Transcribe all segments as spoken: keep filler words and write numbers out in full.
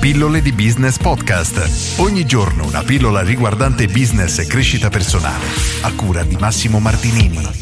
Pillole di Business Podcast. Ogni giorno una pillola riguardante business e crescita personale. A cura di Massimo Martinini.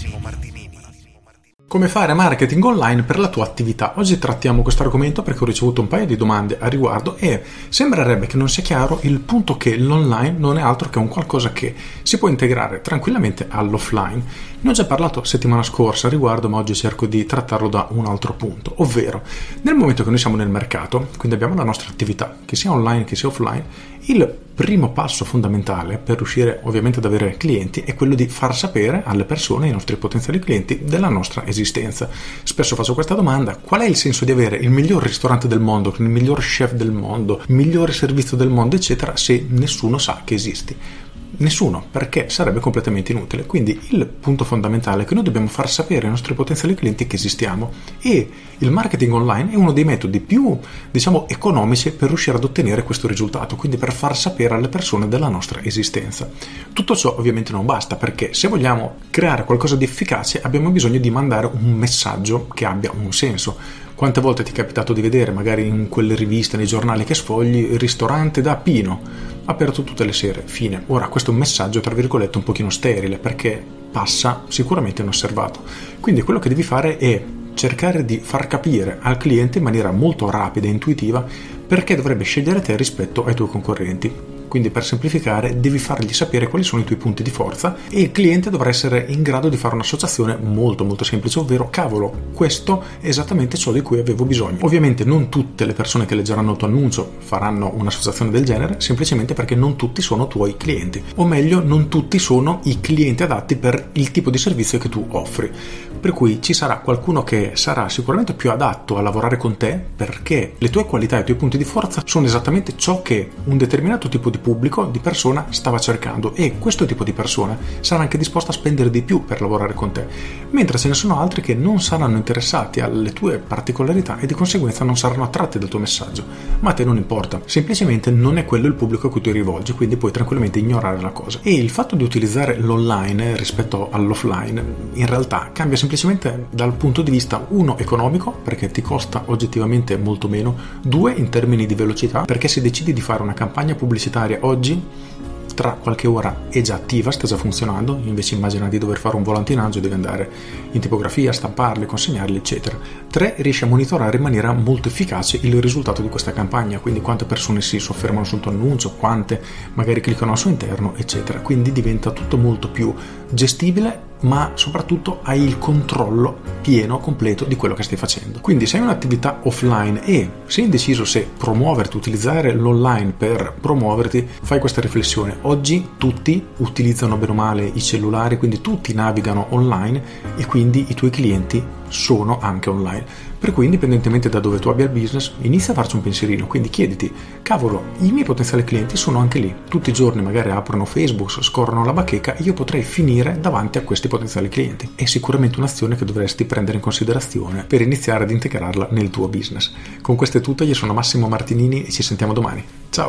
Come fare marketing online per la tua attività? Oggi trattiamo questo argomento perché ho ricevuto un paio di domande a riguardo e sembrerebbe che non sia chiaro il punto che l'online non è altro che un qualcosa che si può integrare tranquillamente all'offline. Ne ho già parlato settimana scorsa a riguardo, ma oggi cerco di trattarlo da un altro punto, ovvero nel momento che noi siamo nel mercato, quindi abbiamo la nostra attività, che sia online che sia offline, il primo passo fondamentale per riuscire ovviamente ad avere clienti è quello di far sapere alle persone, ai nostri potenziali clienti, della nostra esistenza. Spesso faccio questa domanda: qual è il senso di avere il miglior ristorante del mondo, il miglior chef del mondo, il migliore servizio del mondo, eccetera, se nessuno sa che esisti? Nessuno, perché sarebbe completamente inutile. Quindi il punto fondamentale è che noi dobbiamo far sapere ai nostri potenziali clienti che esistiamo, e il marketing online è uno dei metodi più, diciamo, economici per riuscire ad ottenere questo risultato, quindi per far sapere alle persone della nostra esistenza. Tutto ciò ovviamente non basta, perché se vogliamo creare qualcosa di efficace abbiamo bisogno di mandare un messaggio che abbia un senso. Quante volte ti è capitato di vedere, magari in quelle riviste, nei giornali che sfogli, il ristorante da Pino, aperto tutte le sere, fine. Ora, questo è un messaggio, tra virgolette, un pochino sterile, perché passa sicuramente inosservato. Quindi quello che devi fare è cercare di far capire al cliente in maniera molto rapida e intuitiva perché dovrebbe scegliere te rispetto ai tuoi concorrenti. Quindi, per semplificare, devi fargli sapere quali sono i tuoi punti di forza e il cliente dovrà essere in grado di fare un'associazione molto molto semplice, ovvero: cavolo, questo è esattamente ciò di cui avevo bisogno. Ovviamente non tutte le persone che leggeranno il tuo annuncio faranno un'associazione del genere, semplicemente perché non tutti sono tuoi clienti, o meglio, non tutti sono i clienti adatti per il tipo di servizio che tu offri. Per cui ci sarà qualcuno che sarà sicuramente più adatto a lavorare con te perché le tue qualità e i tuoi punti di forza sono esattamente ciò che un determinato tipo di pubblico, di persona stava cercando, e questo tipo di persona sarà anche disposta a spendere di più per lavorare con te, mentre ce ne sono altri che non saranno interessati alle tue particolarità e di conseguenza non saranno attratti dal tuo messaggio. Ma a te non importa, semplicemente non è quello il pubblico a cui tu rivolgi, quindi puoi tranquillamente ignorare la cosa. E il fatto di utilizzare l'online rispetto all'offline in realtà cambia semplicemente dal punto di vista, uno, economico, perché ti costa oggettivamente molto meno; due, in termini di velocità, perché se decidi di fare una campagna pubblicitaria oggi, tra qualche ora è già attiva, sta già funzionando. Invece immagina di dover fare un volantinaggio, devi andare in tipografia, stamparli, consegnarli, eccetera. Tre, riesci a monitorare in maniera molto efficace il risultato di questa campagna, quindi quante persone si soffermano sul tuo annuncio, quante magari cliccano al suo interno, eccetera. Quindi diventa tutto molto più gestibile, ma soprattutto hai il controllo pieno, completo di quello che stai facendo. Quindi se hai un'attività offline e sei indeciso se promuoverti, utilizzare l'online per promuoverti, fai questa riflessione. Oggi tutti utilizzano bene o male i cellulari, quindi tutti navigano online e quindi i tuoi clienti sono anche online. Per cui, indipendentemente da dove tu abbia il business, inizia a farci un pensierino. Quindi chiediti: cavolo, i miei potenziali clienti sono anche lì, tutti i giorni magari aprono Facebook, scorrono la bacheca, e io potrei finire davanti a questi potenziali clienti. È sicuramente un'azione che dovresti prendere in considerazione per iniziare ad integrarla nel tuo business. Con questo è tutto, io sono Massimo Martinini e ci sentiamo domani. Ciao!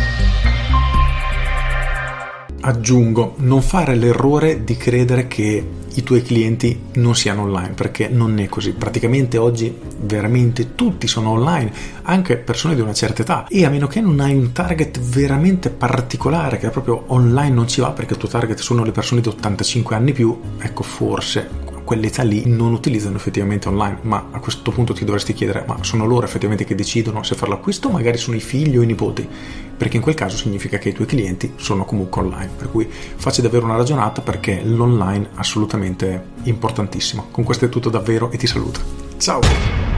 Aggiungo, non fare l'errore di credere che i tuoi clienti non siano online, perché non è così. Praticamente oggi veramente tutti sono online, anche persone di una certa età, e a meno che non hai un target veramente particolare, che è proprio online non ci va, perché il tuo target sono le persone di ottantacinque anni più, ecco, forse quell'età lì non utilizzano effettivamente online. Ma a questo punto ti dovresti chiedere: ma sono loro effettivamente che decidono se fare l'acquisto, o magari sono i figli o i nipoti? Perché in quel caso significa che i tuoi clienti sono comunque online. Per cui facci davvero una ragionata, perché l'online è assolutamente importantissimo. Con questo è tutto davvero e ti saluto. Ciao!